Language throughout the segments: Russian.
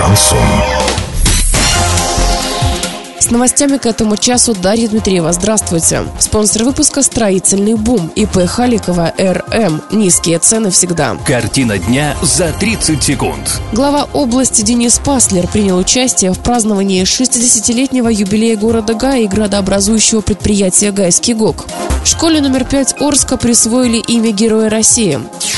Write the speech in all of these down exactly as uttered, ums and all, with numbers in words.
Шансон. С новостями к этому часу Дарья Дмитриева. Здравствуйте. Спонсор выпуска «Строительный бум». ИП Халикова эр.эм. Низкие цены всегда. Картина дня за тридцать секунд. Глава области Денис Паслер принял участие в праздновании шестидесятилетнего юбилея города Гая и градообразующего предприятия «Гайский ГОК». В школе номер пять Орска присвоили имя Героя России.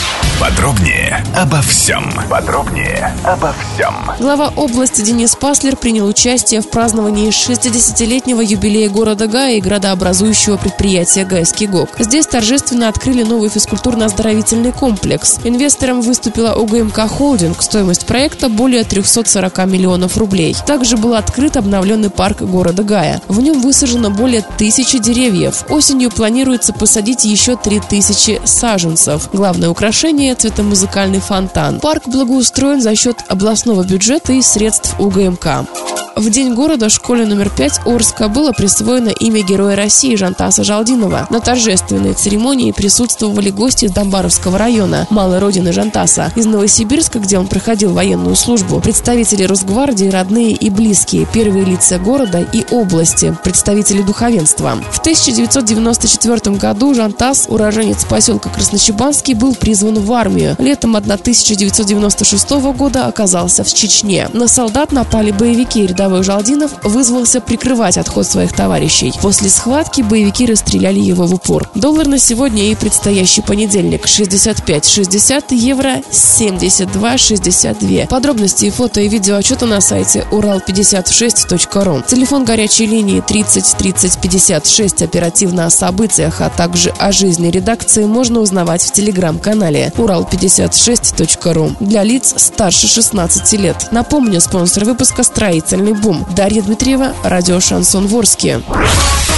Подробнее обо всем. Подробнее обо всем. Глава области Денис Паслер принял участие в праздновании шестидесятилетнего юбилея города Гая и градообразующего предприятия «Гайский ГОК». Здесь торжественно открыли новый физкультурно-оздоровительный комплекс. Инвестором выступила УГМК «Холдинг». Стоимость проекта более триста сорок миллионов рублей. Также был открыт обновленный парк города Гая. В нем высажено более тысячи деревьев. Осенью планируется посадить еще три тысячи саженцев. Главное украшение – цветомузыкальный фонтан. Парк благоустроен за счет областного бюджета и средств УГМК. В день города школе номер пять Орска было присвоено имя Героя России Жантаса Жалдинова. На торжественной церемонии присутствовали гости из Домбаровского района, малой родины Жантаса, из Новосибирска, где он проходил военную службу, представители Росгвардии, родные и близкие, первые лица города и области, представители духовенства. В тысяча девятьсот девяносто четвёртом году Жантас, уроженец поселка Красночебанский, был призван в армию. Летом тысяча девятьсот девяносто шестого года оказался в Чечне. На солдат напали боевики. Рядовой Жалдинов вызвался прикрывать отход своих товарищей. После схватки боевики расстреляли его в упор. Доллар на сегодня и предстоящий понедельник: шестьдесят пять шестьдесят, евро семьдесят два шестьдесят два. Подробности, фото и видеоотчеты на сайте урал пятьдесят шесть точка ру. Телефон горячей линии тридцать тридцать пятьдесят шесть. Оперативно о событиях, а также о жизни редакции можно узнавать в телеграм-канале урал пятьдесят шесть точка ру для лиц старше шестнадцати лет. Напомню, спонсор выпуска «Строительный бум». Дарья Дмитриева, радио «Шансон Ворске».